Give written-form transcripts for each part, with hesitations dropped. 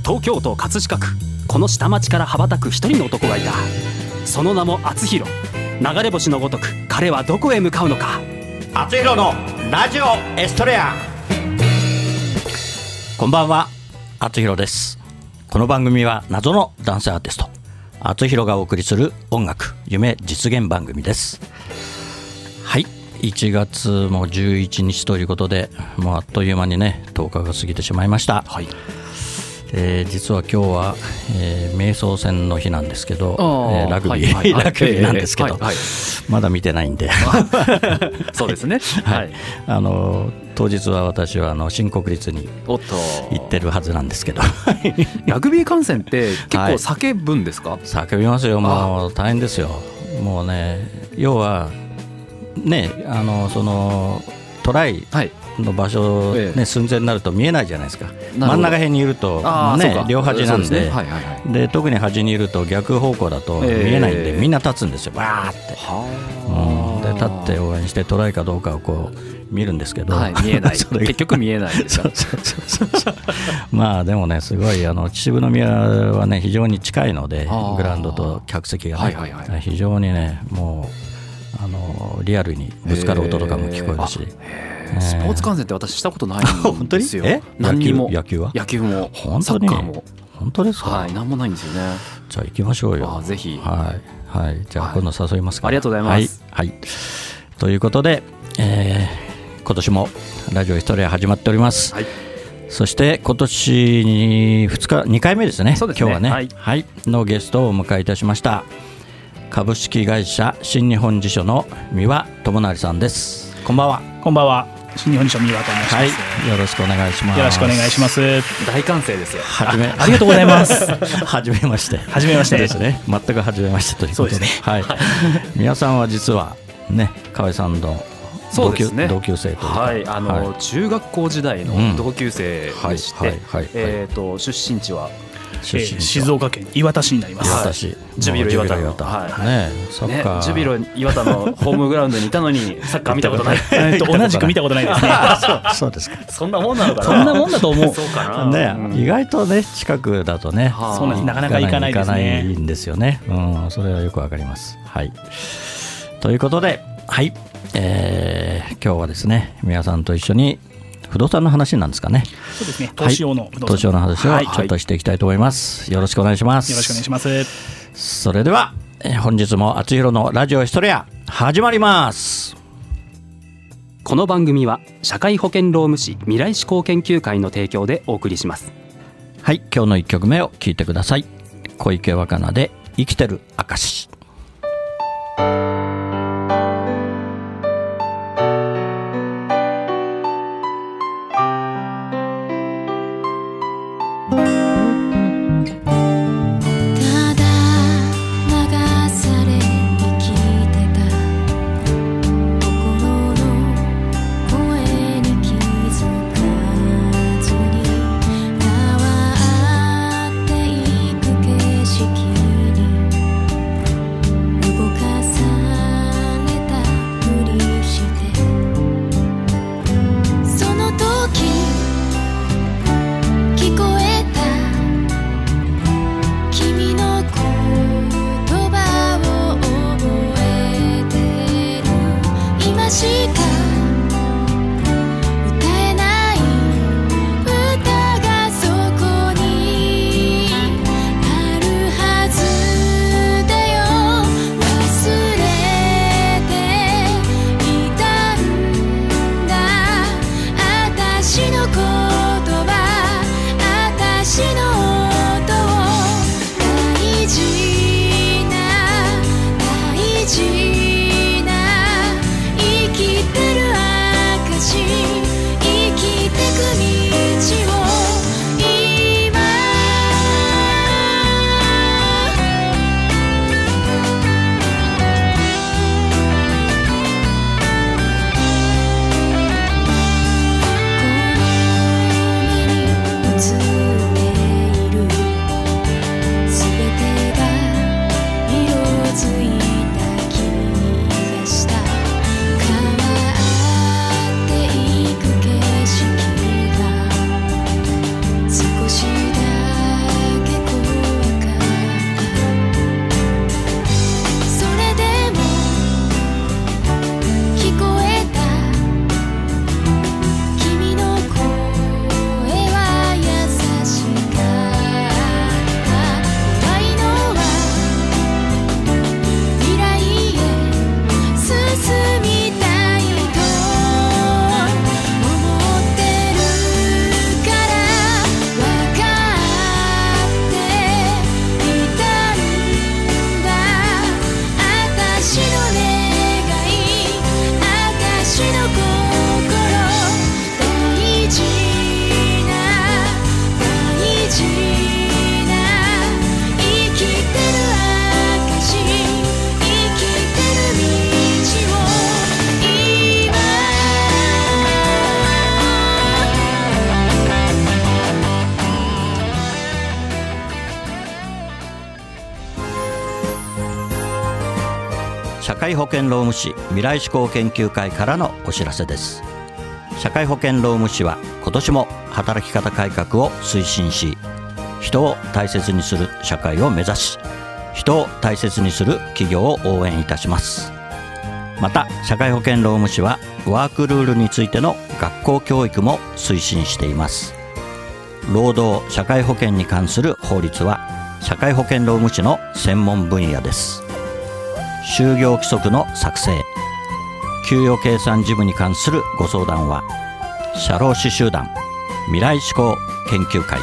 東京都葛飾区この下町から羽ばたく一人の男がいた。その名も厚弘。流れ星のごとく彼はどこへ向かうのか。 厚弘のラジオエストレア。こんばんは、厚弘です。この番組は謎の男性アーティスト厚弘がお送りする音楽夢実現番組です。はい、1月も11日ということで、もうあっという間にね10日が過ぎてしまいました。はい。実は今日は、瞑想戦の日なんですけど、ラグビー、ラグビーなんですけど、まだ見てないんでそうですね、はい、 当日は私は新国立に行ってるはずなんですけどラグビー観戦って結構叫ぶんですか？ 叫びますよ。もう大変ですよ。もうね、要はね、そのトライの場所、ね、寸前になると見えないじゃないですか。真ん中辺にいると、ね、両端なん で特に端にいると逆方向だと見えないんで、みんな立つんですよ、バーって、で立って応援してトライかどうかをこう見るんですけど、 見えない結局見えないですよまあでもね、すごい秩父宮はね非常に近いので、グラウンドと客席がね、非常にね、もうリアルにぶつかる音とかも聞こえるし、 スポーツ観戦って私したことないんですよ。 何にも。 野球もサッカーも。 本当ですか？ はい、何もないんですよね。 じゃあ行きましょうよ。 ぜひ。 はい、じゃあ今度誘いますから。 ありがとうございます。 はい、ということで、今年もラジオエストレア始まっております。はい、そして今年に2回目ですね。今日はね、はいのゲストをお迎えいたしました。株式会社新日本地所の三輪智成さんです。こんばんは。 こんばんは。新日本地所三輪と申します。 はい、よろしくお願いします。 よろしくお願いします。 大歓声ですよ。 ありがとうございますはじめまして。 はじめましてですね。全くはじめましてということで。そうですね。はい。皆さんは実はね、河合さんの同級生というか、 はい、中学校時代の同級生でして、出身地は静岡県磐田市になります。 ジュビロ磐田の、 サッカージュビロ磐田のホームグラウンドにいたのにサッカー見たことない同じく見たことないですねそうですか。 そんなもんなのかな。 そんなもんだと思う。 そうかな、 ね、意外とね近くだとね、 そうなんです。なかなか行かないですね。 行かないんですよね。それはよくわかります。はい、ということで、はい、今日はですね、皆さんと一緒に不動産の話なんですかね。 そうですね。投資用の不動産、 投資用の話をちょっとしていきたいと思います。よろしくお願いします。 よろしくお願いします。 それでは本日も厚弘のラジオエストレア始まります。 この番組は社会保険労務士未来志向研究会の提供でお送りします。 はい、今日の1曲目を聴いてください。小池若菜で生きてる証。 「 社会保険労務士未来志向研究会からのお知らせです。社会保険労務士は今年も働き方改革を推進し、人を大切にする社会を目指し、人を大切にする企業を応援いたします。また社会保険労務士はワークルールについての学校教育も推進しています。労働社会保険に関する法律は社会保険労務士の専門分野です。就業規則の作成、給与計算事務に関するご相談は社労士集団未来志向研究会へ。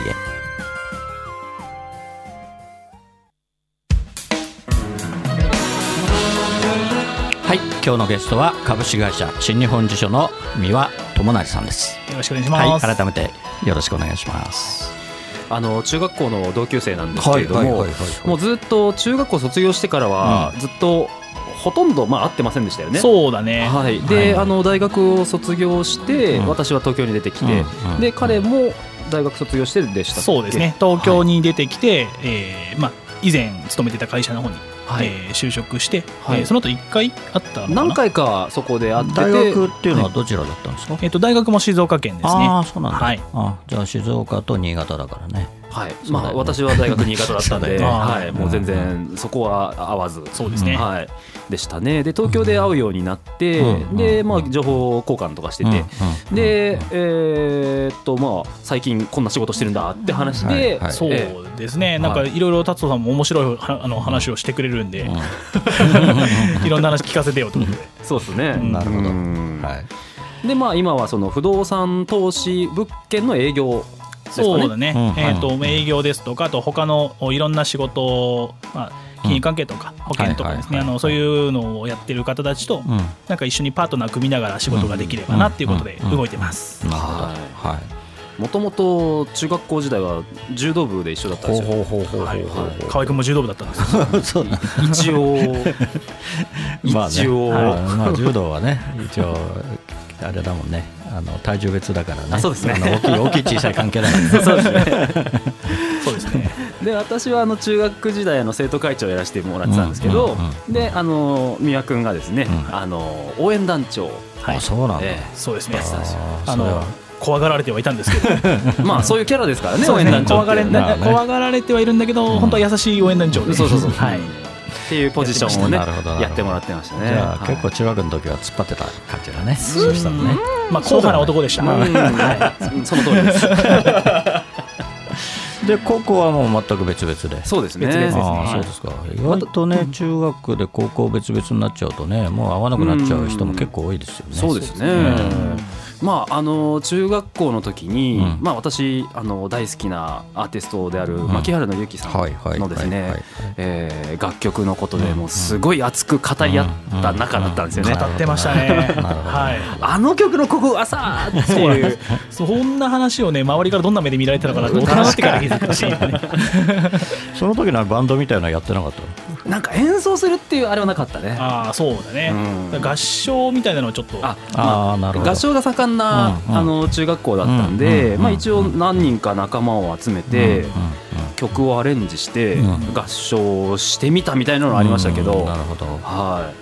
はい、今日のゲストは株式会社新日本地所の三輪智成さんです。 よろしくお願いします。 はい、改めてよろしくお願いします。 中学校の同級生なんですけれども、もうずっと中学校卒業してからはずっとほとんど会ってませんでしたよね。 そうだね。 はい。で、大学を卒業して、私は東京に出てきて、で彼も大学卒業してでしたっけ。 そうですね。東京に出てきて、以前勤めてた会社の方に就職して、その後1回あったのかな。 何回かそこで会ってて。 大学っていうのはどちらだったんですか。 大学も静岡県ですね。 ああ、そうなんだ。 はい。 じゃあ静岡と新潟だからね。 はい。私は大学新潟だったんで、はい、もう全然そこは合わず。 そうですね。 はい。でしたね。で東京で会うようになって、で情報交換とかしてて、で最近こんな仕事してるんだって話で、 そうですね。なんかいろいろ達夫さんも面白い話をしてくれるんで、いろんな話聞かせてよと思って。 そうですね。 なるほど。 はい。で今はその不動産投資物件の営業。 そうだね。営業ですとか、あと他のいろんな仕事、金融関係とか保険とかですね、そういうのをやってる方たちとなんか一緒にパートナー組みながら仕事ができればなっていうことで動いてます。 はい。 もともと中学校時代は柔道部で一緒だったんですよ。 河合君も柔道部だったんですよ。 一応柔道はね、一応あれだもんね。体重別だからね。 そうですね。 大きい小さい関係ない。 そうですね。そうですね。で私は中学時代生徒会長をやらせてもらってたんですけど、で三輪君がですね、応援団長。 そうなんだ。 そうですね。怖がられてはいたんですけど、 そういうキャラですからね。 応援団長。怖がられてはいるんだけど、本当は優しい応援団長で。 そう。はい。っていうポジションをねやってもらってましたね。 じゃあ結構中学の時は突っ張ってた感じだね。 そうしたね。硬派な男でした。 その通りです。 で高校はもう全く別々で。 そうですね。 別々ですね。そうですか。意外とね中学で高校別々になっちゃうとね、もう会わなくなっちゃう人も結構多いですよね。 そうですね。中学校の時に、私大好きなアーティストである牧原のゆきさんのですね楽曲のことでもうすごい熱く語り合った仲だったんですよね。 語ってましたね。 あの曲のここがさーっていうそんな話をね周りからどんな目で見られてたのかなって大人になってから気づくしその時のバンドみたいなのやってなかった？ なんか演奏するっていうあれはなかったね。 そうだね。合唱みたいなのはちょっっと合唱が盛んな中学校だったんで、一応何人か仲間を集めて曲をアレンジして合唱してみたみたいなのありましたけど、 なるほど。 はい。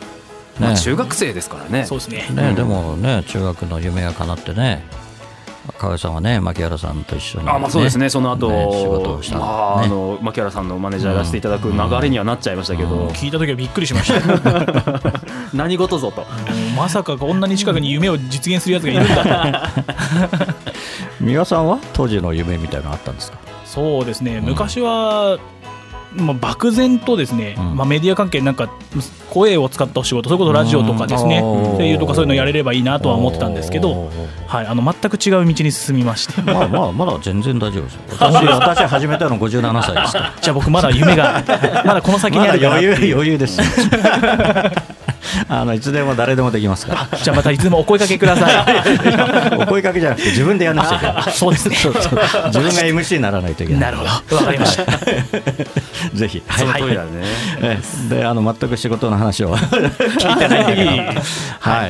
中学生ですからね。 そうですね。 でもね中学の夢が叶ってね。河合さんはね牧原さんと一緒に、 そうですね。その後、 仕事をした牧原さんのマネージャーやらせていただく流れにはなっちゃいましたけど、 聞いた時はびっくりしました何事ぞと、 まさかこんなに近くに夢を実現するやつがいるんだ三輪さんは当時の夢みたいなのあったんですか？ そうですね、昔は漠然とですね、メディア関係なんか声を使ったお仕事、それこそラジオとかですね、声優とかそういうのやれればいいなとは思ってたんですけど、全く違う道に進みましてまだ全然大丈夫ですよ。私始めたの57歳ですからじゃあ僕まだ夢がまだこの先にあるから余裕ですいつでも誰でもできますから。 じゃあまたいつでもお声かけください。 お声かけじゃなくて自分でやらなくちゃいけない。 そうですね。 自分が MC にならないといけない。 なるほど、わかりました。 ぜひ。 その通りだね。 で全く仕事の話を聞いてない。 はい。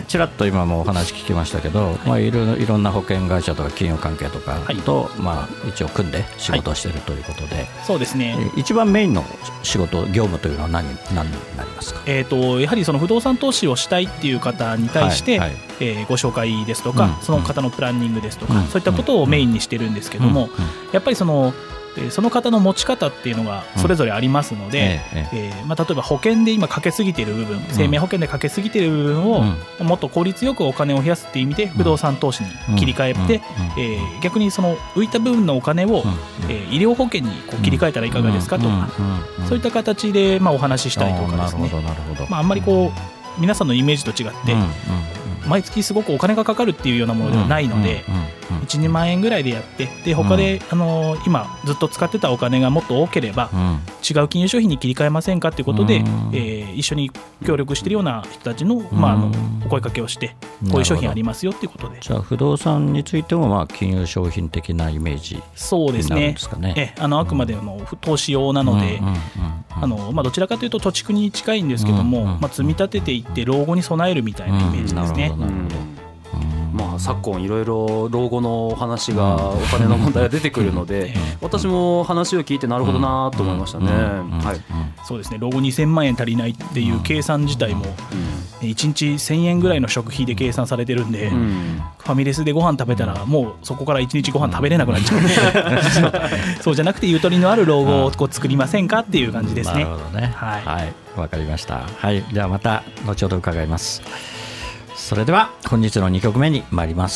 ちらっと今もお話聞きましたけど、いろんな保険会社とか金融関係とかと一応組んで仕事をしているということで。 そうですね。 一番メインの仕事業務というのは何になりますか？ やはりその不動産投資をしたいっていう方に対して、ご紹介ですとか、その方のプランニングですとか、そういったことをメインにしてるんですけども、やっぱりその方の持ち方っていうのがそれぞれありますので、例えば保険で今かけすぎている部分、生命保険でかけすぎている部分をもっと効率よくお金を増やすっていう意味で不動産投資に切り替えて、逆にその浮いた部分のお金を医療保険に切り替えたらいかがですかとか、そういった形でお話ししたりとかですね。あんまり皆さんのイメージと違って毎月すごくお金がかかるっていうようなものではないので、1、2万円ぐらいでやって、で他で今ずっと使ってたお金がもっと多ければ違う金融商品に切り替えませんかということで、一緒に協力しているような人たちのお声かけをして、こういう商品ありますよということで。 じゃあ不動産についても金融商品的なイメージになるんですかね。 そうですね。あくまでも投資用なので、どちらかというと土地区に近いんですけども、積み立てていって老後に備えるみたいなイメージですね。 昨今いろいろ老後の話がお金の問題が出てくるので、私も話を聞いてなるほどなと思いましたね。 そうですね。老後2000万円足りないっていう計算自体も1日1000円ぐらいの食費で計算されてるんで、ファミレスでご飯食べたらもうそこから1日ご飯食べれなくなっちゃう。そうじゃなくてゆとりのある老後を作りませんかっていう感じですね。 なるほどね。はい、わかりました。はい、じゃあまた後ほど伺います。それでは本日の2曲目に参ります。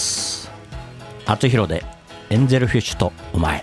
厚弘でエンゼルフィッシュとお前。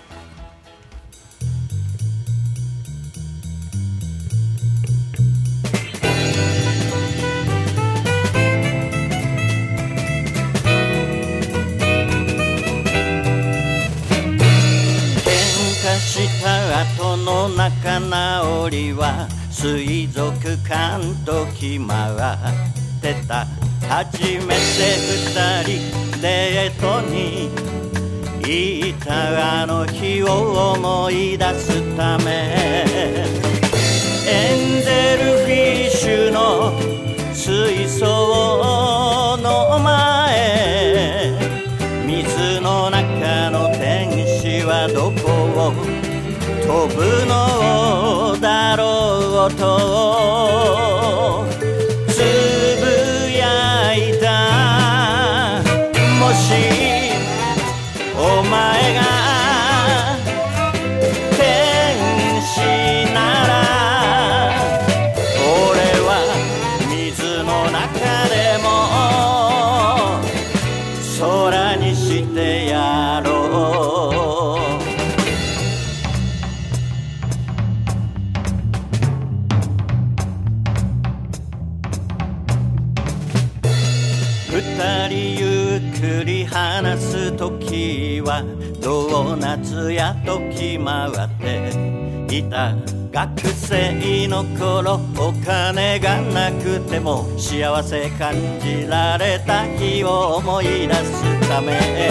後の仲直りは水族館と決まってた。初めて二人デートに行ったあの日を思い出すため、エンゼルフィッシュの水槽の前、水の中の天使はどこを飛ぶのだろうとつぶやいた。もしお前が天使なら、俺は水の中でも空にしてやろう。二人ゆっくり話すときはドーナツ屋と決まっていた。学生の頃お金がなくても幸せ感じられた日を思い出すため、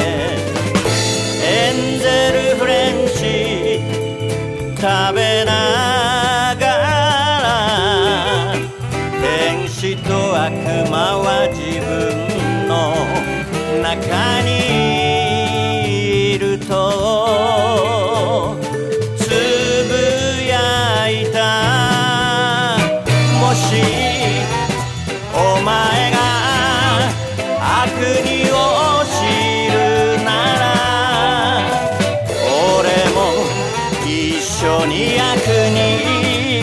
エンゼルフレンチ食べながら、天使と悪魔は自分の中にいるとつぶやいた。もしお前が悪人を知るなら、俺も一緒に悪人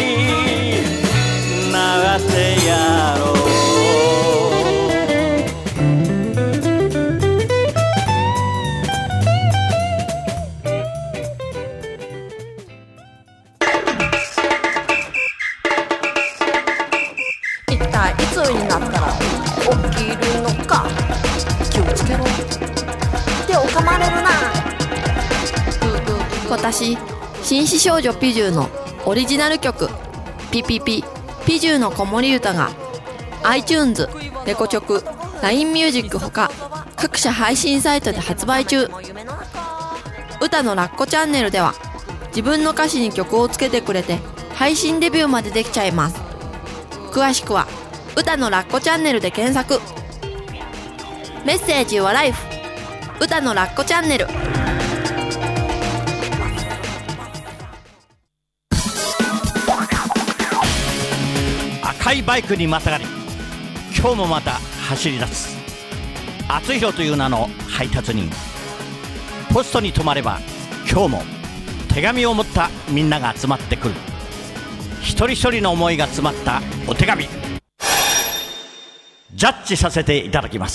なってやろう。 一体いつになったら起きるのか、気をつけろ手を噛まれるな。私紳士少女ピジューのオリジナル曲ピピピピジューの子守歌が iTunes、レコチョク、LINE ミュージックほか各種配信サイトで発売中。歌のラッコチャンネルでは自分の歌詞に曲をつけてくれて配信デビューまでできちゃいます。詳しくは歌のラッコチャンネルで検索。メッセージはライフ、歌のラッコチャンネル。 赤いバイクにまたがり、今日もまた走り出す厚弘という名の配達人。ポストに止まれば今日も手紙を持ったみんなが集まってくる。一人一人の思いが詰まったお手紙、ジャッジさせていただきます。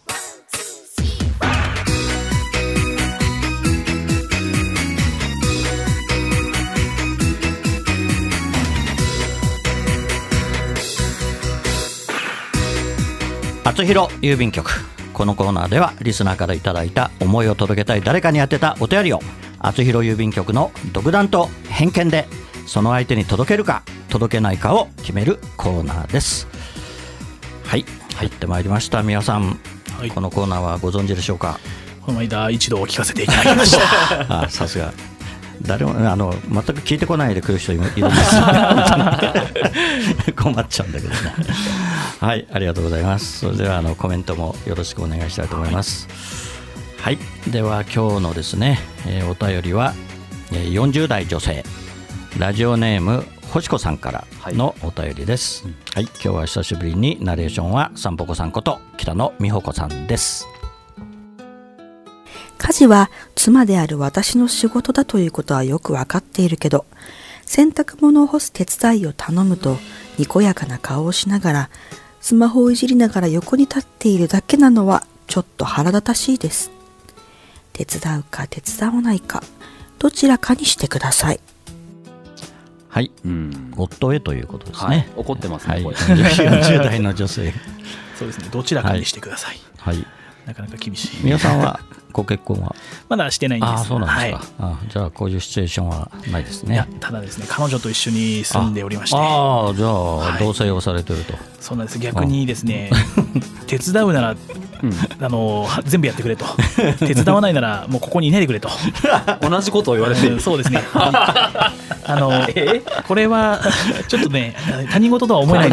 厚弘郵便局。このコーナーではリスナーからいただいた思いを届けたい誰かに宛てたお便りを厚弘郵便局の独断と偏見でその相手に届けるか届けないかを決めるコーナーです。はい、入ってまいりました。宮さん、はい、このコーナーはご存知でしょうか。 この間一度聞かせていただきましたさすが。誰も全く聞いてこないで来る人いるんですよ困っちゃうんだけどね。はい、ありがとうございます。それではコメントもよろしくお願いしたいと思います。はい、では今日のですね、お便りは40代女性ラジオネーム星子さんからのお便りです。はい、今日は久しぶりにナレーションはさんぽこさんこと北野美穂子さんです。 家事は妻である私の仕事だということはよくわかっているけど、洗濯物を干す手伝いを頼むとにこやかな顔をしながらスマホをいじりながら横に立っているだけなのはちょっと腹立たしいです。手伝うか手伝わないかどちらかにしてください。 はい、夫へということですね。 はい、怒ってますね、はい、 40代の女性そうですね、どちらかにしてください。 はい、 なかなか厳しい。 皆さんはご結婚はまだしてないんです。 あ、そうなんですか。はい、じゃあこういうシチュエーションはないですね。 いや、ただですね、彼女と一緒に住んでおりまして。 じゃあ、同棲をされてると。 そうなんです。逆にですね、手伝うなら、全部やってくれと、手伝わないならもうここにいないでくれと同じことを言われている。 そうですねこれはちょっとね、他人事とは思えないです。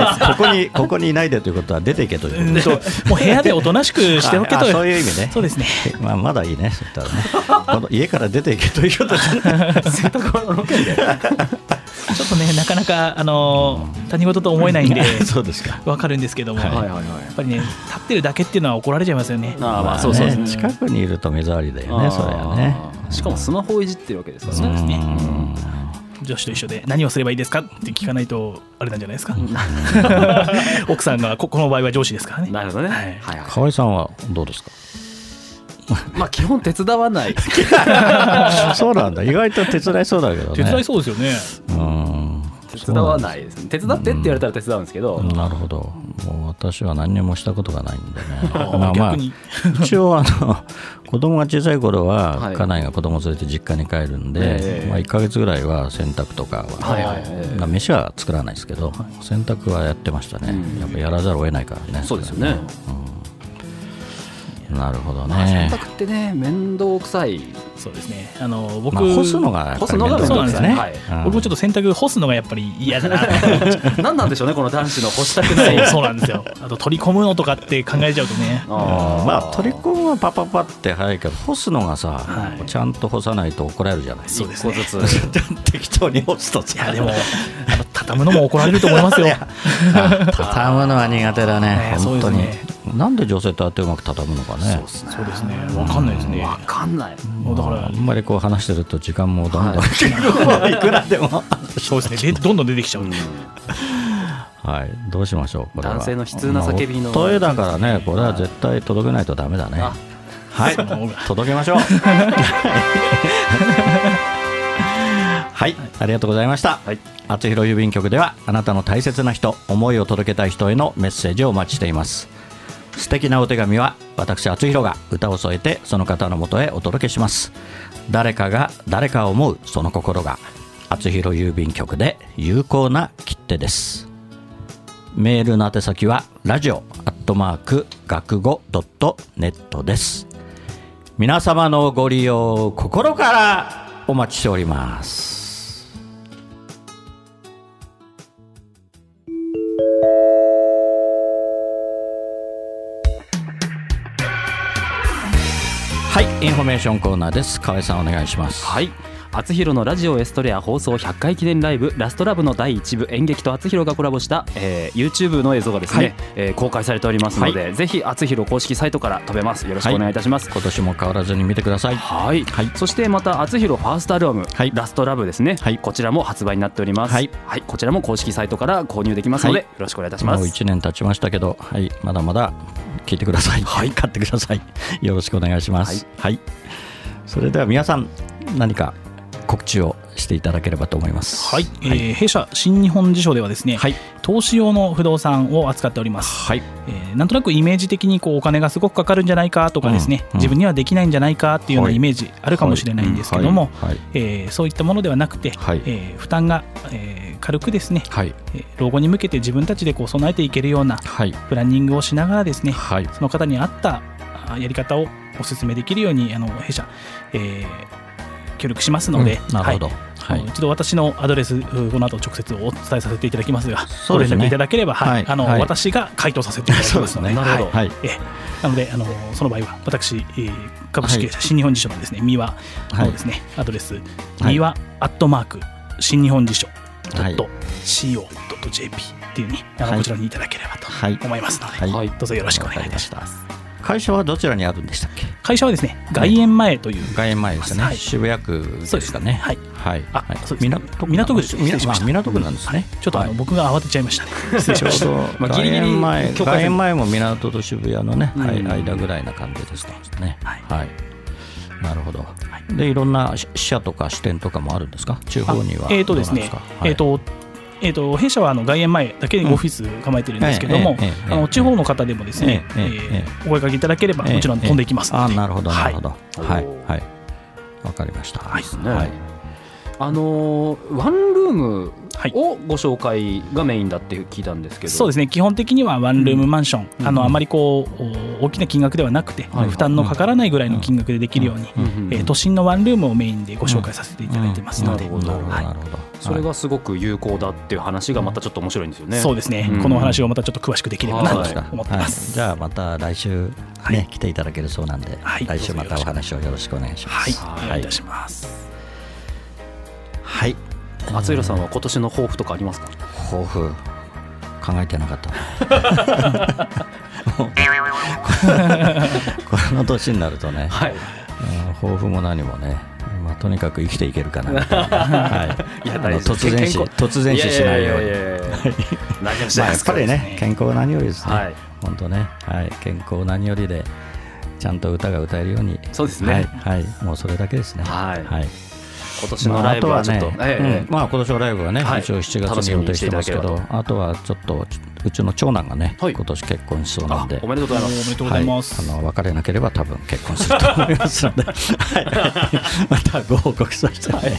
ここにいないでということは出ていけということもう部屋でおとなしくしておけというそういう意味ね。 そうですね。 まだいいね。そういったらねこの家から出ていけということで洗濯物の件でちょっとね、なかなか他人事と思えないんでそうですか。 分かるんですけども、やっぱりね、立ってるだけっていうのは怒られちゃいますよね。 そうですね。近くにいると目障りだよね、それはね。 しかもスマホをいじってるわけですからね。 そうですね。女子と一緒で何をすればいいですかって聞かないとあれなんじゃないですか奥さんがこの場合は上司ですからね。 なるほどね。 河合さんはどうですか。 基本手伝わないそうなんだ。意外と手伝いそうだけどね。 手伝いそうですよね。 手伝わないですね。手伝ってって言われたら手伝うんですけど。 なるほど。もう私は何にもしたことがないんでね逆に一応子供が小さい頃は家内が子供を連れて実家に帰るんで、1ヶ月ぐらいは洗濯とかは、飯は作らないですけど洗濯はやってましたね。やっぱやらざるを得ないからね。 そうですよね。 なるほどね。 洗濯ってね、面倒くさい。 そうですね。僕、 干すのが面倒くさいね。僕もちょっと洗濯干すのがやっぱり嫌だな。 何なんでしょうね、この男子の干したくない。 そうなんですよ。あと取り込むのとかって考えちゃうとね。 取り込むはパパパって早いけど、干すのがさ、ちゃんと干さないと怒られるじゃない。 そうですね。 一個ずつ適当に干すと。 いやでも畳むのも怒られると思いますよ。 畳むのは苦手だね。本当に。なんで女性とあってうまく畳むのかね。 そうですね。分かんないですね。 分かんない。 だからあんまりこう話してると時間もどんどんいくらでもそうですね。どんどん出てきちゃう。 はい、どうしましょう。これは男性の悲痛な叫びの声だからね。これは絶対届けないとダメだね。はい、届けましょう。はい、ありがとうございました。厚弘郵便局ではあなたの大切な人、思いを届けたい人へのメッセージをお待ちしています。素敵なお手紙は私厚弘が歌を添えてその方のもとへお届けします。誰かが誰かを思うその心があつひろ郵便局で有効な切手です。メールの宛先はradio@学語.net です。皆様のご利用心からお待ちしております。はい、インフォメーションコーナーです。河合さんお願いします。 はい、あつひろのラジオエストレア放送100回記念ライブラストラブの第1部演劇とあつひろがコラボした、YouTube の映像がですね、公開されておりますので、ぜひあつひろ公式サイトから飛べます。よろしくお願いいたします。 今年も変わらずに見てください。 はい、そしてまたあつひろファーストアルバム、ラストラブですね、こちらも発売になっております。こちらも公式サイトから購入できますので、よろしくお願いいたします。 もう1年経ちましたけど、まだまだ聞いてください。買ってください。よろしくお願いします。それでは皆さん何か告知をしていただければと思います。 弊社新日本辞書ではですね、投資用の不動産を扱っております。なんとなくイメージ的にお金がすごくかかるんじゃないかとかですね、自分にはできないんじゃないかっていうようなイメージあるかもしれないんですけども、そういったものではなくて、負担が軽くですね、老後に向けて自分たちで備えていけるようなプランニングをしながらですね、その方に合ったやり方をお勧めできるように弊社、協力しますので、 なるほど。 一度私のアドレスこの後直接お伝えさせていただきますが、ご連絡いただければ、私が回答させていただきますので、なのでその場合は私、株式会社新日本辞書のですね、ミワのですね、アドレスミワ@新日本辞書.co.jp っていうにこちらにいただければと思いますので、どうぞよろしくお願いいたします。 会社はどちらにあるんでしたっけ？ 会社はですね、外苑前という、 外苑前ですね、渋谷区ですかね。 港区です。 港区なんですね。 ちょっと僕が慌てちゃいましたね。失礼しました。 外苑前も港と渋谷のね間ぐらいな感じですね。なるほど。でいろんな支社とか支店とかもあるんですか？地方には。 ですね。弊社は外苑前だけにオフィス構えてるんですけども、地方の方でもですね、お声かけいただければもちろん飛んでいきますので。 なるほどなるほど。わかりました。 ワンルームをご紹介がメインだって聞いたんですけど、 そうですね、基本的にはワンルームマンション、あまり大きな金額ではなくて、負担のかからないぐらいの金額でできるように、都心のワンルームをメインでご紹介させていただいてますので、 それがすごく有効だっていう話がまたちょっと面白いんですよね。 そうですね、この話をまたちょっっと詳しくできればなと思ってます。 じゃあまた来週来ていただけるそうなんで、来週またお話をよろしくお願いします。 お願いいたします。 松弘さんは今年の抱負とかありますか？ 抱負考えてなかったこの年になるとね、抱負も何もね、とにかく生きていけるかなみたいな、突然死しないようにやっぱりね、健康何よりですね、本当ね、健康何よりでちゃんと歌が歌えるように、 そうですね、 もうそれだけですね。 今年のライブはちょっと、 今年のライブはね、一応7月に予定してますけど、あとはちょっとうちの長男がね、今年結婚しそうなんで、 おめでとうございます。 おめでとうございます。 別れなければ多分結婚すると思いますのでまたご報告させてもらいます。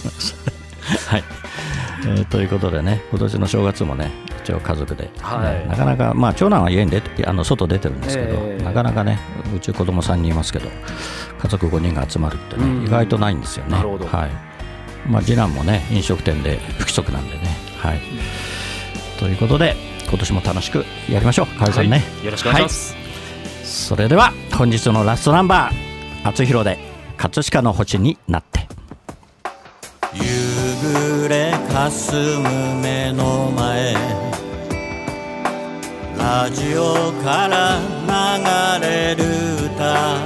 ということでね、今年の正月もね、一応家族で、なかなか、長男は家に外出てるんですけど、なかなかね、うち子供3人いますけど、家族5人が集まるってね、意外とないんですよね。次男もね、飲食店で不規則なんでね。ということで、今年も楽しくやりましょう、河合さんね。 よろしくお願いします。 それでは本日のラストナンバー、あつひろで葛飾の星になって。 夕暮れかすむ目の前、ラジオから流れる歌、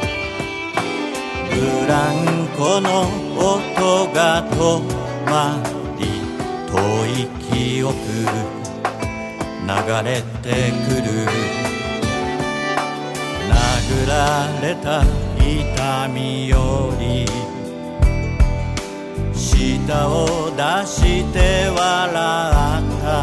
ブランコの音が止まり、遠い記憶流れてくる、殴られた痛みより舌を出して笑った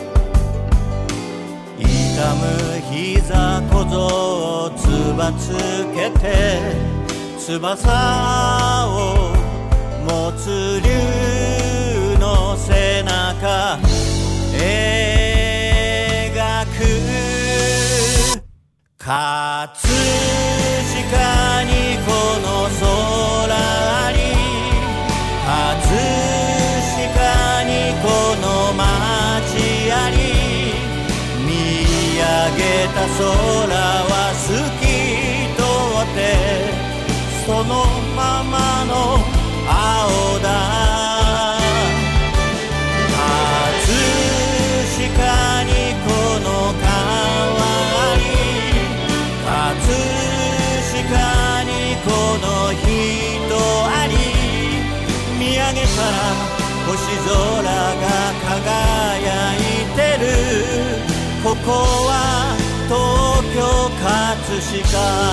痛む膝小僧をつばつけて翼を持つ竜葛飾にこの空あり、葛飾にこの街あり、見上げた空は透き通ってそのままの青だ。葛飾にこの川あり、葛飾にこの人あり、見上げたら星空が輝いてる。ここは東京葛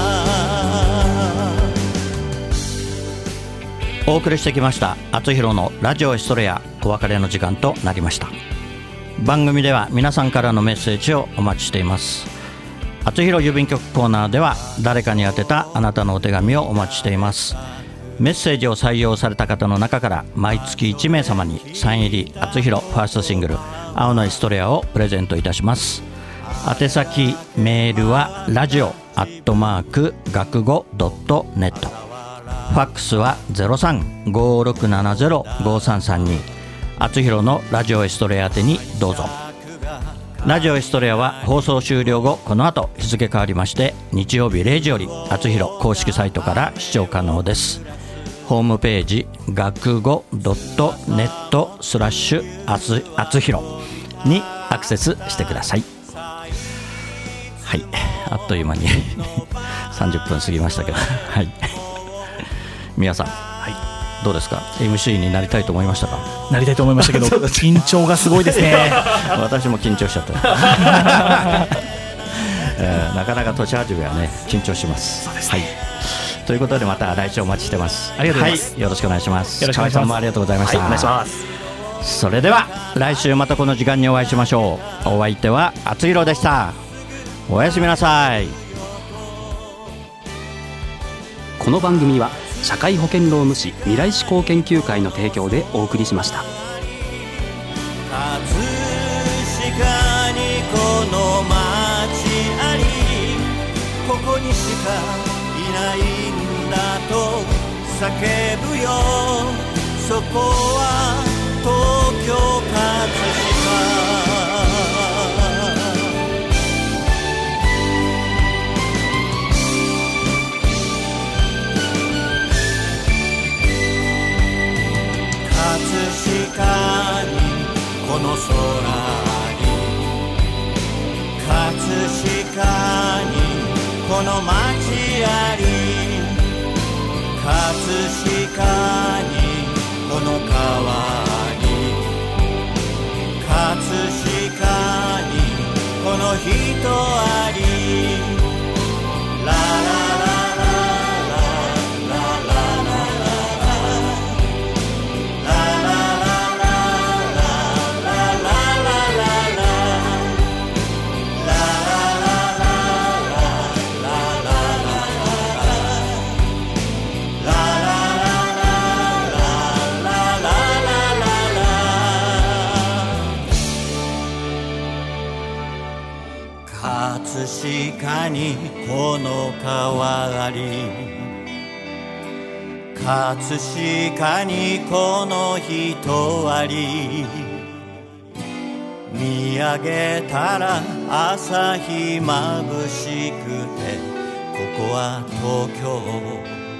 飾。お送りしてきました厚弘のラジオエストレア、お別れの時間となりました。番組では皆さんからのメッセージをお待ちしています。厚弘郵便局コーナーでは誰かに宛てたあなたのお手紙をお待ちしています。メッセージを採用された方の中から毎月1名様にサイン入り厚弘ファーストシングル青のエストレアをプレゼントいたします。宛先メールはラジオ学語.net、ファックスは 03-5670-5332、厚弘のラジオエストレア宛てにどうぞ。ラジオエストレアは放送終了後、この後日付変わりまして日曜日0時より厚弘公式サイトから視聴可能です。ホームページ学語.net/厚弘にアクセスしてください。はい、あっという間に30分過ぎましたけど、はい、皆さん、どうですか？ MC になりたいと思いましたか？ なりたいと思いましたけど緊張がすごいですね。 私も緊張しちゃったなかなか年始めはね緊張します。 そうですね、はい、ということでまた来週お待ちしてます。 ありがとうございます、 はい、よろしくお願いします。 よろしくお願いします。 河合さんもありがとうございました。 はい、お願いします。 それでは来週またこの時間にお会いしましょう。お相手は厚弘でした。おやすみなさい。 この番組は社会保険労務士未来志向研究会の提供でお送りしました。 葛飾にこの街あり、ここにしかいないんだと叫ぶよ。そこは東京葛飾にこの空に、葛飾にこの街あり、葛飾にこの川に、葛飾にこの人あり、ラララ葛飾にこの川あり、葛飾にこの人あり、見上げたら朝日まぶしくて、ここは東京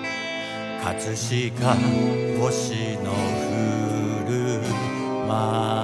葛飾、星の降る街